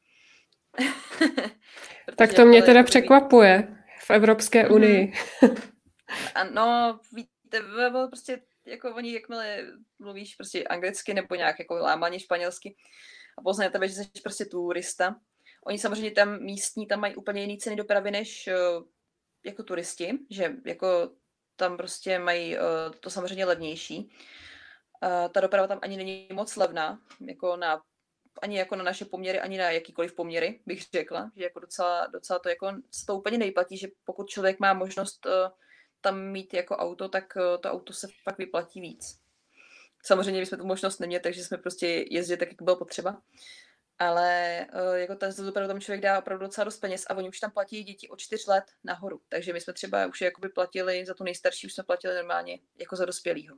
Tak to mě teda překvapuje v Evropské mm-hmm. unii. Ano, víte, prostě jako oni, jakmile mluvíš prostě anglicky nebo nějak jako lámaně španělsky a poznají tebe, že jsi prostě turista. Oni samozřejmě tam místní, tam mají úplně jiný ceny dopravy než uh, jako turisti, že jako tam prostě mají uh, to samozřejmě levnější. Uh, ta doprava tam ani není moc levná, jako na ani jako na naše poměry, ani na jakýkoliv poměry, bych řekla, že jako docela, docela to jako se to úplně nejplatí, že pokud člověk má možnost uh, tam mít jako auto, tak uh, to auto se pak vyplatí víc. Samozřejmě bychom tu možnost neměli, takže jsme prostě jezdili tak, jak bylo potřeba. Ale uh, jako ta doprava tam člověk dá opravdu docela dost peněz a oni už tam platí děti od čtyř let nahoru. Takže my jsme třeba už jakoby platili, za tu nejstarší už jsme platili normálně jako za dospělýho.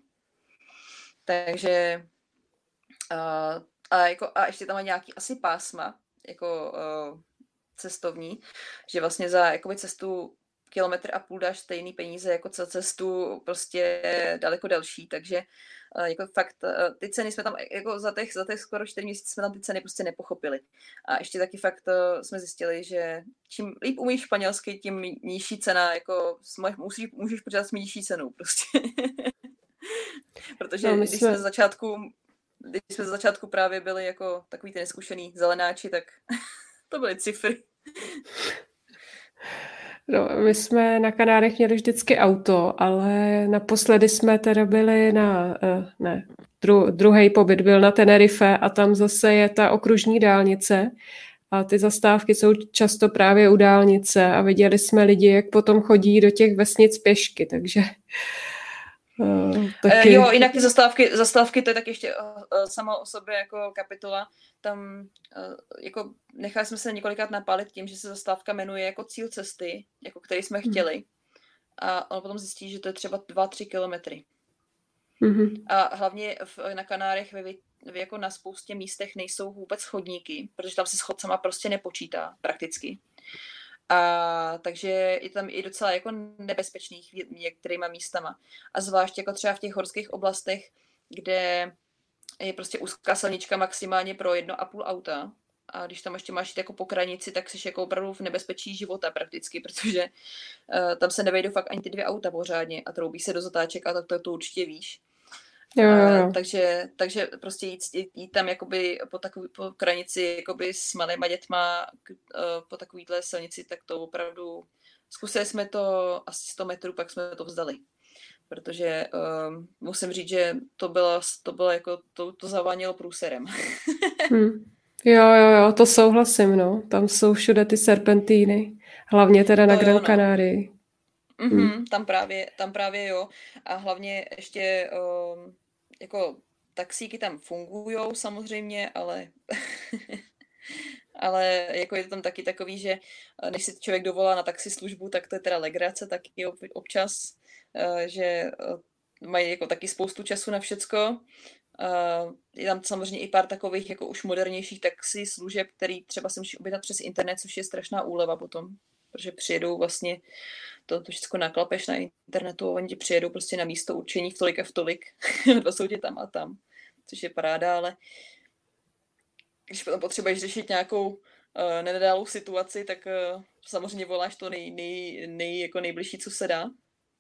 Takže uh, A, jako, a ještě tam má nějaký asi pásma, jako uh, cestovní, že vlastně za jakoby cestu kilometr a půl dáš stejný peníze jako za cestu prostě daleko delší, takže uh, jako fakt uh, ty ceny jsme tam, jako za těch, za těch skoro čtyři měsíce jsme tam ty ceny prostě nepochopili. A ještě taky fakt uh, jsme zjistili, že čím líp umíš španělsky, tím nižší cena, jako můžeš, můžeš počítat s nižší cenou prostě. Protože no, když jsme z začátku když jsme z začátku právě byli jako takový ty neskušený zelenáči, tak to byly cifry. No, my jsme na Kanárech měli vždycky auto, ale naposledy jsme teda byli na, ne, dru, druhý pobyt byl na Tenerife a tam zase je ta okružní dálnice a ty zastávky jsou často právě u dálnice a viděli jsme lidi, jak potom chodí do těch vesnic pěšky, takže... Uh, taky... Jo, jinak ty zastávky, zastávky to je tak ještě uh, uh, sama o sobě jako kapitola. Tam uh, jako nechali jsme se několikrát napálit tím, že se zastávka jmenuje jako cíl cesty, jako který jsme chtěli. Hmm. A on potom zjistí, že to je třeba dva tři kilometry. Hmm. A hlavně v, na Kanárech vy, vy jako na spoustě místech nejsou vůbec chodníky, protože tam se s chodcama prostě nepočítá prakticky. A takže je tam i docela jako nebezpečných některýma místama. A zvlášť jako třeba v těch horských oblastech kde je prostě úzká silnička maximálně pro jedno a půl auta. A když tam ještě máš jít jako po kranici, tak jsi jako opravdu v nebezpečí života prakticky, protože uh, tam se nevejdou fakt ani ty dvě auta pořádně a troubí se do zatáček a tak to, to určitě víš. Jo, jo, jo. Uh, takže, takže prostě jít, jít, jít tam jakoby po, takový, po kranici jakoby s malýma dětma uh, po takovýhle silnici, tak to opravdu zkusili jsme to asi sto metrů, pak jsme to vzdali. Protože uh, musím říct, že to bylo, to bylo jako, to, to zavánělo průserem. hmm. Jo, jo, jo, to souhlasím, no. Tam jsou všude ty serpentíny. Hlavně teda na No, Gran jo, no. Canarii. Mm-hmm, Hmm. tam, právě, tam právě jo. A hlavně ještě um, jako taxíky tam fungujou samozřejmě, ale ale jako je to tam taky takový, že než si člověk dovolá na taxislužbu, tak to je teda legrace taky občas, že mají jako taky spoustu času na všecko. Je tam samozřejmě i pár takových jako už modernějších taxi služeb, který třeba se musí objednat přes internet, což je strašná úleva potom, protože přijedou vlastně, to, to všechno naklapeš na internetu a oni ti přijedou prostě na místo určení v tolik a v tolik. Dva jsou tě tam a tam, což je paráda, ale když potom potřebuješ řešit nějakou uh, nenadálou situaci, tak uh, samozřejmě voláš to nej, nej, nej, jako nejbližší, co se dá.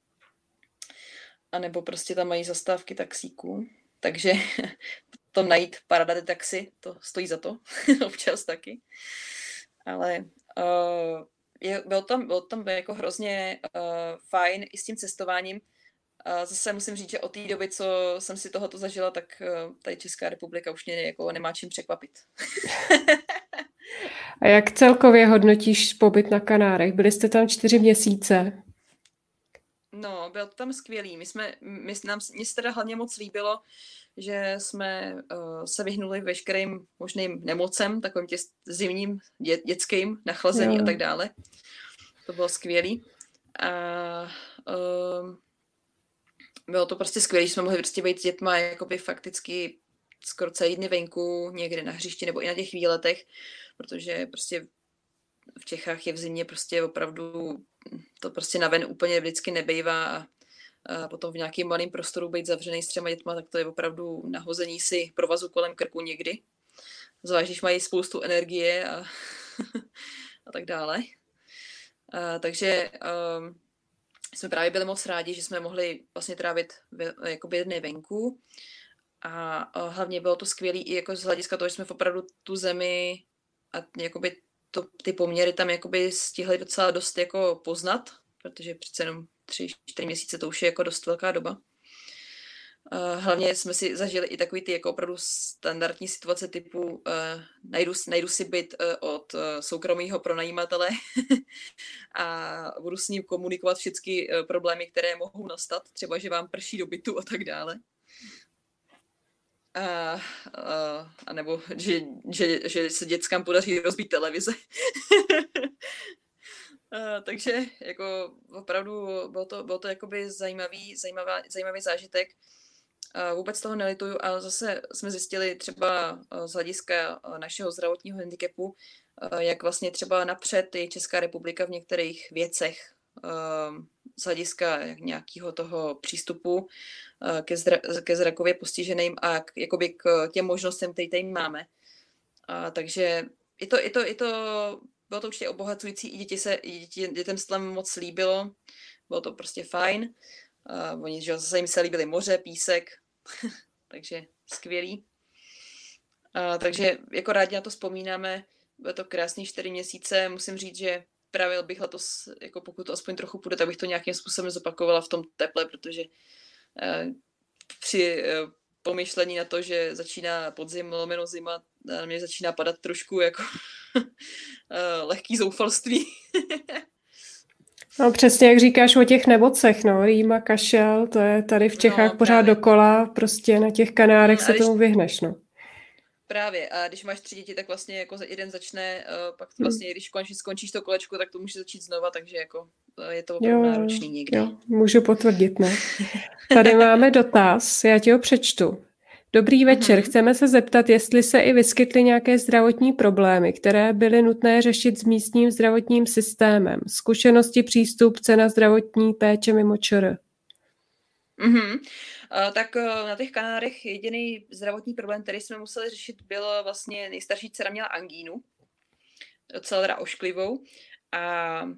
A nebo prostě tam mají zastávky taxíků. Takže to najít paradady taxi, to stojí za to. Občas taky. Ale uh, je, bylo tam, bylo tam jako hrozně uh, fajn i s tím cestováním. A zase musím říct, že od té doby, co jsem si tohoto zažila, tak uh, tady Česká republika už mě jako nemá čím překvapit. A jak celkově hodnotíš pobyt na Kanárech? Byli jste tam čtyři měsíce. No, bylo to tam skvělý. My jsme, my, nám, mně se teda hlavně moc líbilo, že jsme uh, se vyhnuli veškerým možným nemocem, takovým tě zimním, dě, dětským, nachlazení jo. a tak dále. To bylo skvělý. A uh, bylo to prostě skvělé, že jsme mohli prostě být s dětma jakoby fakticky skoro celý dny venku, někde na hřišti nebo i na těch výletech, protože prostě v Čechách je v zimě prostě opravdu to prostě naven úplně vždycky nebejvá a, a potom v nějakém malém prostoru být zavřený s třema dětma, tak to je opravdu nahození si provazu kolem krku někdy. Zvlášť, když mají spoustu energie a, a tak dále. A, takže um, jsme právě byli moc rádi, že jsme mohli vlastně trávit jakoby dny venku a, a hlavně bylo to skvělé i jako z hlediska toho, že jsme opravdu tu zemi a jakoby to, ty poměry tam jakoby stihli docela dost jako poznat, protože přece jenom tři, čtyři měsíce to už je jako dost velká doba. Uh, hlavně jsme si zažili i takový ty jako opravdu standardní situace typu uh, najdu, najdu si byt uh, od uh, soukromého pronajímatele a budu s ním komunikovat všechny uh, problémy, které mohou nastat, třeba, že vám prší do bytu a tak dále. A, a, a nebo že, že, že se dětskám podaří rozbít televize. a, takže jako opravdu bylo to, bylo to jakoby zajímavý, zajímavá, zajímavý zážitek. A vůbec toho nelituju a zase jsme zjistili třeba z hlediska našeho zdravotního handicapu, jak vlastně třeba napřed je Česká republika v některých věcech z hlediska nějakého toho přístupu ke, zra- ke zrakově postiženým a k, jakoby k těm možnostem, které tady máme. A takže je to, je to, je to, bylo to určitě obohacující, i děti se, i děti, dětem se tam moc líbilo, bylo to prostě fajn. A oni, že zase jim se líbily moře, písek, takže skvělý. A takže jako rádi na to vzpomínáme, bylo to krásný čtyři měsíce, musím říct, že právě bych letos, jako pokud to aspoň trochu půjde, tak bych to nějakým způsobem zopakovala v tom teple, protože eh, při eh, pomyšlení na to, že začíná podzim, lomeno zima, na mě začíná padat trošku jako eh, lehký zoufalství. No přesně jak říkáš o těch nemocech, no, rýma, kašel, to je tady v Čechách no, pořád dokola, prostě na těch Kanárech no, se když... tomu vyhneš, no. Právě. A když máš tři děti, tak vlastně jako jeden začne, uh, pak vlastně, když končíš, skončíš to kolečko, tak to může začít znova, takže jako je to opravdu náročný někdy. Jo, můžu potvrdit, ne? Tady máme dotaz, já ti ho přečtu. Dobrý večer, uh-huh. Chceme se zeptat, jestli se i vyskytly nějaké zdravotní problémy, které byly nutné řešit s místním zdravotním systémem. Zkušenosti, přístup, cena zdravotní péče mimo ČR. Mm-hmm. Uh, tak uh, na těch Kanárech jediný zdravotní problém, který jsme museli řešit, byl vlastně nejstarší dcera měla angínu, docela teda ošklivou a uh,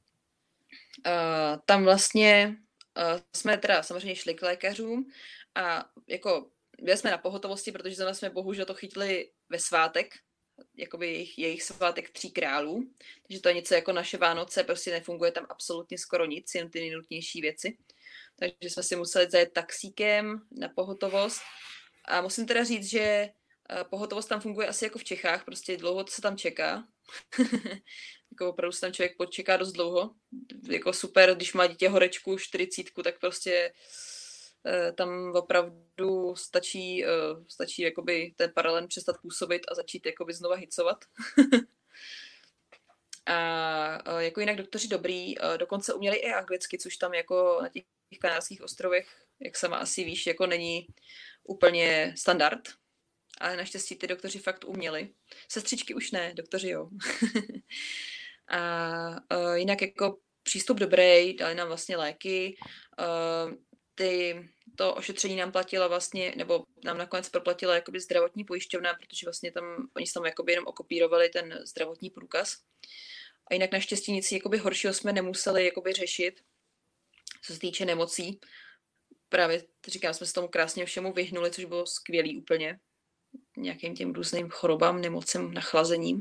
tam vlastně uh, jsme teda samozřejmě šli k lékařům a jako byli jsme na pohotovosti, protože zrovna jsme bohužel to chytli ve svátek, jakoby jejich, jejich svátek tří králů, takže to je něco jako naše Vánoce, prostě nefunguje tam absolutně skoro nic, jen ty nejnutnější věci. Takže jsme si museli zajet taxíkem na pohotovost. A musím teda říct, že pohotovost tam funguje asi jako v Čechách, prostě dlouho se tam čeká. Jako opravdu se tam člověk počeká dost dlouho. Jako super, když má dítě horečku, čtyřicítku, tak prostě tam opravdu stačí, stačí jakoby ten paralen přestat působit a začít jakoby znova hicovat. A jako jinak doktoři dobrý, dokonce uměli i anglicky, což tam jako na těch Kanárských ostrovech, jak sama asi víš, jako není úplně standard. Ale naštěstí ty doktoři fakt uměli. Sestřičky už ne, doktoři jo. A uh, jinak jako přístup dobrý, dali nám vlastně léky. Uh, ty, to ošetření nám platila vlastně, nebo nám nakonec proplatila jakoby zdravotní pojišťovna, protože vlastně tam, oni se tam jakoby jenom okopírovali ten zdravotní průkaz. A jinak naštěstí nic jakoby horšího jsme nemuseli jakoby řešit, co se týče nemocí. Právě říkám, jsme se tomu krásně všemu vyhnuli, což bylo skvělý úplně. Nějakým těm různým chorobám, nemocem, nachlazením.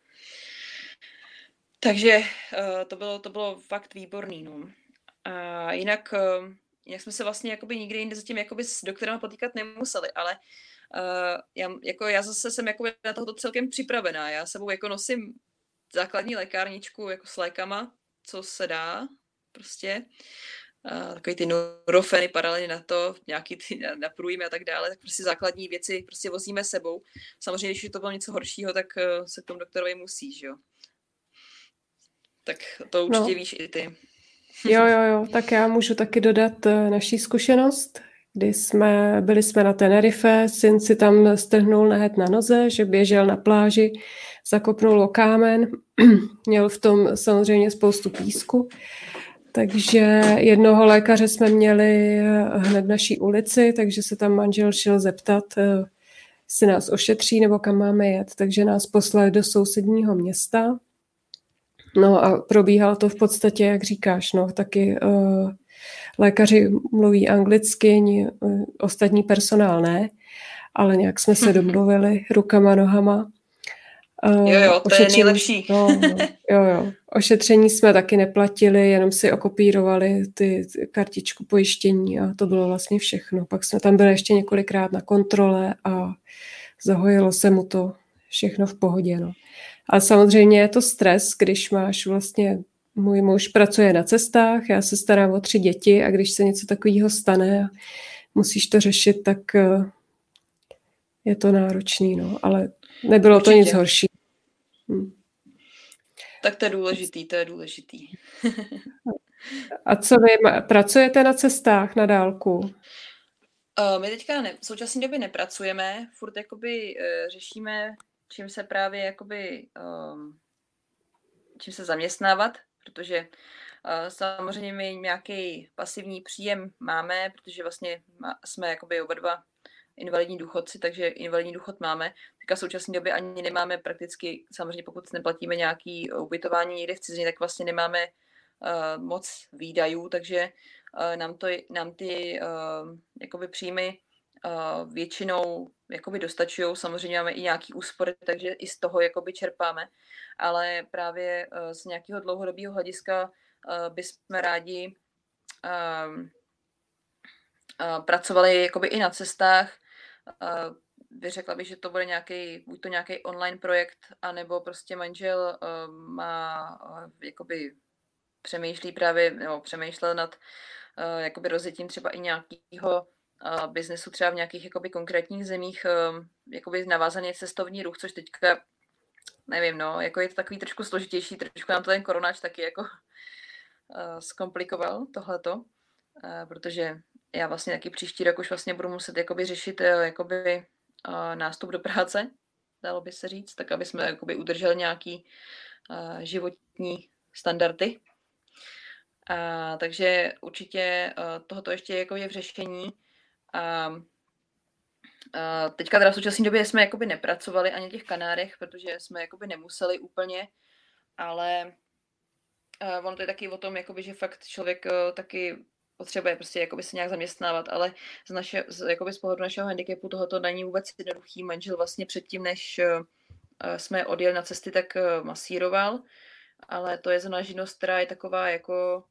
Takže uh, to, bylo, to bylo fakt výborný. No. A jinak, uh, jinak jsme se vlastně jakoby nikdy jinde zatím jakoby s doktorem potýkat nemuseli, ale uh, já, jako já zase jsem jakoby na tohoto celkem připravená. Já sebou jako nosím základní lékárničku jako s lékama, co se dá prostě. Uh, takový ty Nurofeny, paralely na to, nějaký ty naprůjmy a tak dále, tak prostě základní věci prostě vozíme sebou. Samozřejmě, když to bylo něco horšího, tak uh, se k tomu doktorovi musí, že jo. Tak to určitě no. Víš i ty. Jo, jo, jo, tak já můžu taky dodat naší zkušenost, kdy jsme, byli jsme na Tenerife, syn si tam strhnul nehet na noze, že běžel na pláži, zakopnul o kámen, měl v tom samozřejmě spoustu písku, takže jednoho lékaře jsme měli hned v naší ulici, takže se tam manžel šel zeptat, jestli nás ošetří nebo kam máme jet, takže nás poslali do sousedního města. No a probíhalo to v podstatě, jak říkáš, no, taky uh, lékaři mluví anglicky, uh, ostatní personál ne, ale nějak jsme se domluvili rukama, nohama. Uh, jo, jo, to ošetření, je nejlepší. no, no, jo, jo. Ošetření jsme taky neplatili, jenom si okopírovali ty, ty kartičku pojištění a to bylo vlastně všechno. Pak jsme tam byli ještě několikrát na kontrole a zahojilo se mu to všechno v pohodě, no. A samozřejmě je to stres, když máš vlastně, můj muž pracuje na cestách, já se starám o tři děti a když se něco takového stane a musíš to řešit, tak je to náročný, no, ale nebylo Určitě. To nic horší. Hm. Tak to je důležitý, to je důležitý. A co vy, pracujete na cestách na dálku? Uh, my teďka ne, v současné době nepracujeme, furt jakoby uh, řešíme, čím se právě jakoby, um, čím se zaměstnávat, protože uh, samozřejmě my nějaký pasivní příjem máme, protože vlastně má, jsme jakoby oba dva invalidní důchodci, takže invalidní důchod máme. Teďka v současné době ani nemáme prakticky, samozřejmě pokud neplatíme nějaký ubytování někde v cizině, tak vlastně nemáme uh, moc výdajů, takže uh, nám, to, nám ty uh, jakoby příjmy uh, většinou jakoby dostačují. Samozřejmě máme i nějaký úspory, takže i z toho jakoby čerpáme, ale právě uh, z nějakého dlouhodobého hlediska uh, bychom rádi uh, uh, pracovali jakoby i na cestách. Uh, Vyřekla bych, že to bude nějaký, buď to nějaký online projekt, anebo prostě manžel uh, má uh, jakoby přemýšlí právě, nebo přemýšlel nad uh, jakoby rozjetím třeba i nějakého uh, biznesu třeba v nějakých jakoby konkrétních zemích, uh, jakoby navázaný cestovní ruch, což teďka nevím, no, jako je to takový trošku složitější, trošku nám to ten koronáč taky jako uh, zkomplikoval tohleto, uh, protože já vlastně taky příští rok už vlastně budu muset jakoby řešit uh, jakoby uh, nástup do práce, dalo by se říct, tak aby jsme jakoby udrželi nějaký uh, životní standardy. A, takže určitě uh, tohoto ještě jako je v řešení. A, uh, teďka teda v současné době jsme jakoby nepracovali ani v těch Kanárech, protože jsme jakoby nemuseli úplně, ale uh, ono to je taky o tom, jakoby, že fakt člověk uh, taky potřebuje prostě jakoby se nějak zaměstnávat, ale z, naše, z, jakoby z pohledu našeho handicapu tohoto není vůbec jednoduchý. Manžel vlastně předtím, než uh, jsme odjeli na cesty, tak uh, masíroval, ale to je zrovna živnost, která je taková jako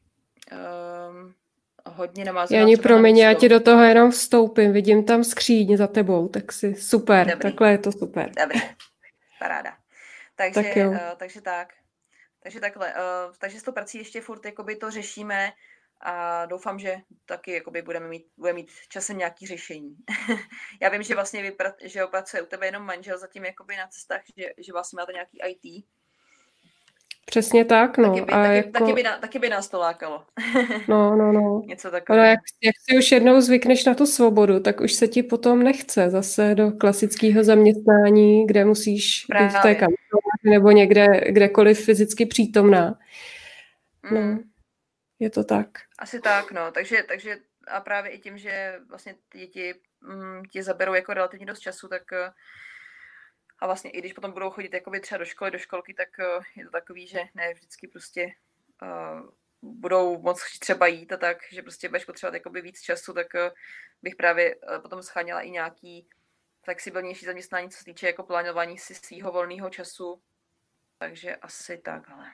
um, hodně namázaná. Jani, promiň, já ti do toho jenom vstoupím. Vidím tam skříň za tebou, tak si super. Dobrý. Takhle je to super. Dobrý, paráda. Takže tak, uh, takže tak. Takže takhle. Uh, takže s tou prací ještě furt jakoby to řešíme a doufám, že taky jakoby budeme mít, budeme mít časem nějaký řešení. Já vím, že vlastně vy, že pracuje u tebe jenom manžel zatím jakoby na cestách, že, že vlastně máte nějaký í té. Přesně tak, no. Taky by, a taky, jako... taky, by, taky by nás to lákalo. no, no, no. Něco takového. Ale jak, jak si už jednou zvykneš na tu svobodu, tak už se ti potom nechce zase do klasického zaměstnání, kde musíš Právě. být v té kanceláři nebo někde, kdekoliv fyzicky přítomná. No, mm. je to tak. Asi tak, no. Takže, takže a právě i tím, že vlastně ty děti mm, ti zaberou jako relativně dost času, tak a vlastně i když potom budou chodit jakoby třeba do školy, do školky, tak je to takový, že ne vždycky prostě uh, budou moc třeba jít a tak, že prostě budeš potřebovat jakoby víc času, tak uh, bych právě uh, potom scháněla i nějaký flexibilnější zaměstnání, co se týče jako plánování si svýho volného času. Takže asi takhle.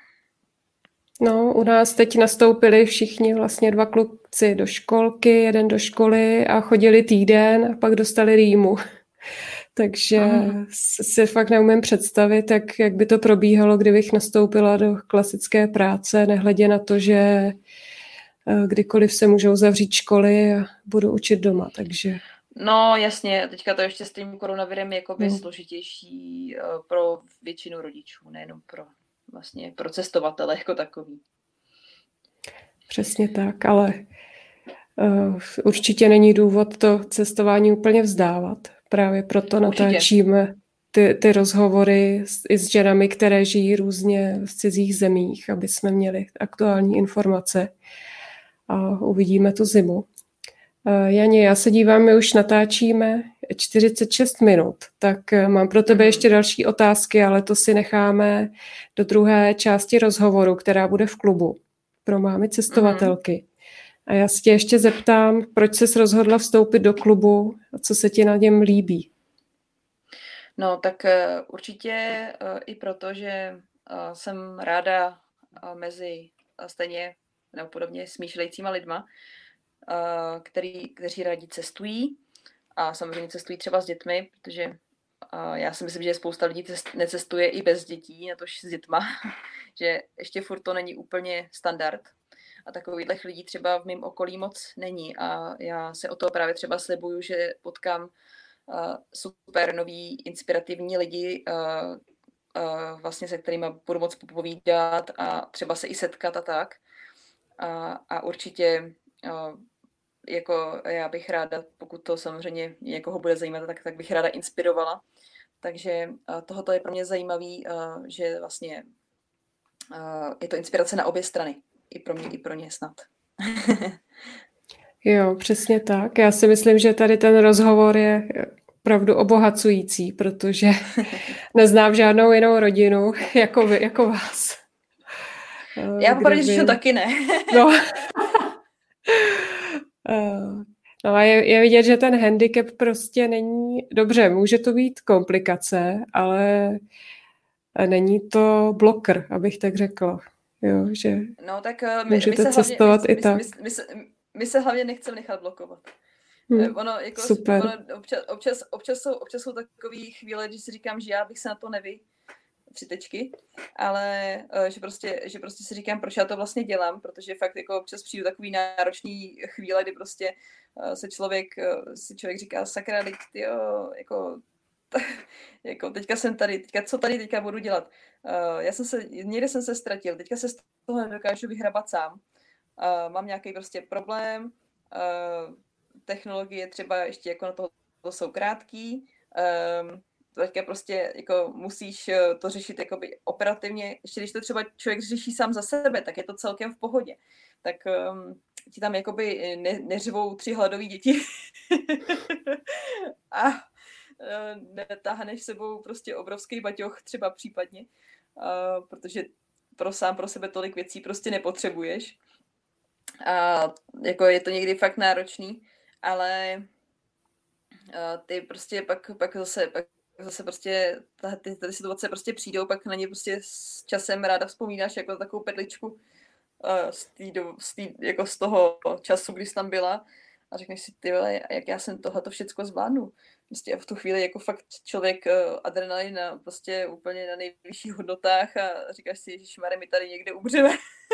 No, u nás teď nastoupili všichni vlastně dva kluci do školky, jeden do školy a chodili týden a pak dostali rýmu. Takže mm. si fakt neumím představit, jak, jak by to probíhalo, kdybych nastoupila do klasické práce, nehledě na to, že kdykoliv se můžou zavřít školy a budu učit doma, takže... No jasně, teďka to ještě s tím koronavirem je jakoby no. složitější pro většinu rodičů, nejenom pro, vlastně pro cestovatele jako takový. Přesně tak, ale uh, určitě není důvod to cestování úplně vzdávat. Právě proto natáčíme ty, ty rozhovory s, i s ženami, které žijí různě v cizích zemích, aby jsme měli aktuální informace a uvidíme tu zimu. Uh, Janě, já se dívám, my už natáčíme čtyřicet šest minut, tak mám pro tebe ještě další otázky, ale to si necháme do druhé části rozhovoru, která bude v klubu pro mámy cestovatelky. A já se tě ještě zeptám, proč jsi rozhodla vstoupit do klubu a co se ti na něm líbí? No tak uh, určitě uh, i proto, že uh, jsem ráda uh, mezi uh, stejně nebo podobně smýšlejícíma lidma, uh, který, kteří rádi cestují a samozřejmě cestují třeba s dětmi, protože uh, já si myslím, že spousta lidí cest, necestuje i bez dětí, natož s dětma, že ještě furt to není úplně standard. A takových lidí třeba v mém okolí moc není. A já se o toho právě třeba slibuju, že potkám uh, super nový, inspirativní lidi, uh, uh, vlastně se kterými budu moc popovídat a třeba se i setkat a tak. A, a určitě uh, jako já bych ráda, pokud to samozřejmě někoho bude zajímat, tak, tak bych ráda inspirovala. Takže uh, tohoto je pro mě zajímavý, uh, že vlastně uh, je to inspirace na obě strany. I pro mě, i pro ně snad. Jo, přesně tak. Já si myslím, že tady ten rozhovor je opravdu obohacující, protože neznám žádnou jinou rodinu jako vy, jako vás. Já popravdě řečeno taky ne. no. no a je, je vidět, že ten handicap prostě není... Dobře, může to být komplikace, ale není to bloker, abych tak řekla. Jo, že no, tak my, můžete my se cestovat hlavně, i my, tak. My, my, my, se, my se hlavně nechceme nechat blokovat. Hmm, ono, jako, super. Ono, občas, občas, občas, jsou, občas jsou takové chvíle, když si říkám, že já bych se na to nevy, tři tečky, ale že prostě, že prostě si říkám, proč já to vlastně dělám, protože fakt jako občas přijdu takový náročný chvíle, kdy prostě se člověk, si člověk říká, sakra, teď, jo, jako jako teďka jsem tady, teďka, co tady teďka budu dělat? Uh, já jsem se, někde jsem se ztratil, teďka se z toho nedokážu vyhrabat sám. Uh, mám nějaký prostě problém, uh, technologie třeba ještě jako na toho to jsou krátký, um, teďka prostě jako musíš to řešit jakoby operativně, ještě když to třeba člověk řeší sám za sebe, tak je to celkem v pohodě. Tak um, ti tam jakoby ne, neřvou tři hladový děti a uh, netáhneš sebou prostě obrovský baťoch třeba případně, uh, protože pro sám pro sebe tolik věcí prostě nepotřebuješ. A jako je to někdy fakt náročný, ale uh, ty prostě pak, pak zase pak zase prostě ty, ty situace prostě přijdou, pak na ně prostě s časem ráda vzpomínáš jako takovou pedličku uh, z, tý do, z, tý, jako z toho času, kdy jsi tam byla a řekneš si, ty vole, jak já jsem tohleto všecko zvládnu. Prostě v tu chvíli jako fakt člověk uh, adrenalin na, prostě úplně na nejvyšších hodnotách a říkáš si, ježišmarja, my tady někde umřeme.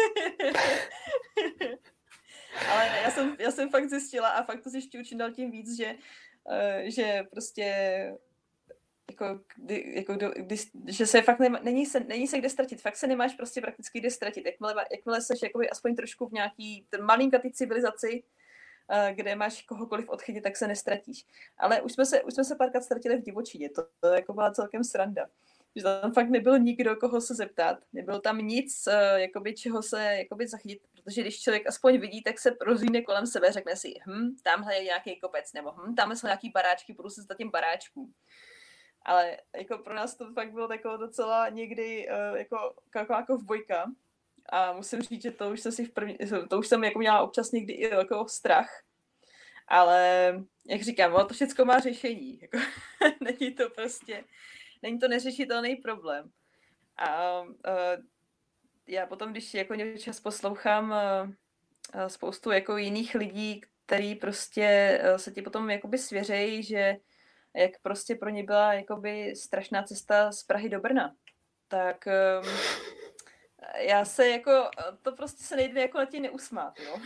Ale já jsem, já jsem fakt zjistila a fakt to zjišťuju čím dál tím víc, že, uh, že prostě jako, kdy, jako kdy, že se fakt nema, není, se, není se kde ztratit, fakt se nemáš prostě prakticky kde ztratit. Jakmile, jakmile seš jakoby aspoň trošku v nějaký malinkatý civilizaci, uh, kde máš kohokoliv odchytit, tak se nestratíš. Ale už jsme se, už jsme se párkrát ztratili v divočině, to, to jako byla celkem sranda. Že tam fakt nebyl nikdo, koho se zeptat, nebylo tam nic, uh, jakoby, čeho se jakoby zachytit, protože když člověk aspoň vidí, tak se rozhlídne kolem sebe, řekne si, hm, tamhle je nějaký kopec, nebo hm, tamhle jsou nějaký baráčky, budu se za tím baráčkům. Ale jako pro nás to fakt bylo jako docela někdy uh, jako, jako, jako v bojka. A musím říct, že to už jsem si v první, to už jsem jako měla občas někdy i jako strach. Ale jak říkám, to všechno má řešení. Jako, není to prostě, není to neřešitelný problém. A uh, já potom, když jako čas poslouchám uh, spoustu jako jiných lidí, který prostě uh, se ti potom jakoby svěřejí, že jak prostě pro ně byla jakoby strašná cesta z Prahy do Brna. Tak um, já se jako, to prostě se nejde jako na tě neusmát, jo.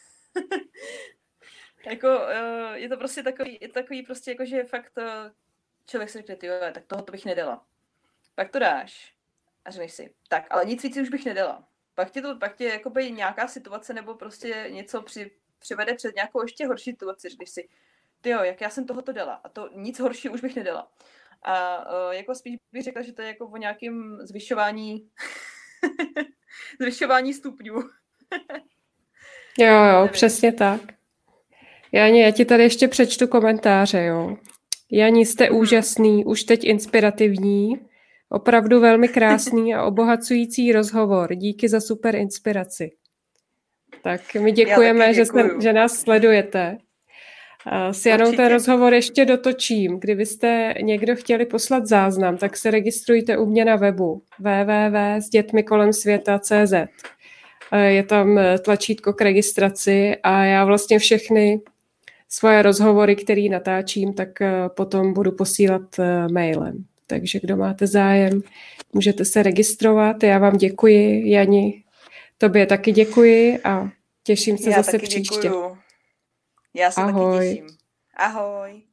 Jako, uh, je to prostě takový, je to takový prostě jako, že fakt uh, člověk si řekne, tyjo, tak tohoto bych nedala. Pak to dáš a řekneš si, tak, ale nic víc už bych nedala. Pak tě to, pak tě jakoby nějaká situace nebo prostě něco při, přivede před nějakou ještě horší situaci, řekneš si, tyjo, jak já jsem tohoto dala a to nic horší už bych nedala. A uh, jako spíš bych řekla, že to je jako o nějakém zvyšování zvyšování stupňů. Jo, jo, přesně tak. Jani, já ti tady ještě přečtu komentáře, jo. Jani, jste mm. úžasný, už teď inspirativní, opravdu velmi krásný a obohacující rozhovor. Díky za super inspiraci. Tak my děkujeme, že, jste, že nás sledujete. S Janou Určitě. Ten rozhovor ještě dotočím. Kdybyste někdo chtěli poslat záznam, tak se registrujte u mě na webu w w w tečka s dětmi kolem světa tečka c z. Je tam tlačítko k registraci a já vlastně všechny svoje rozhovory, které natáčím, tak potom budu posílat mailem. Takže kdo máte zájem, můžete se registrovat. Já vám děkuji, Jani. Tobě taky děkuji a těším se já zase taky příště. Děkuju. Já se Ahoj. taky těším. Ahoj.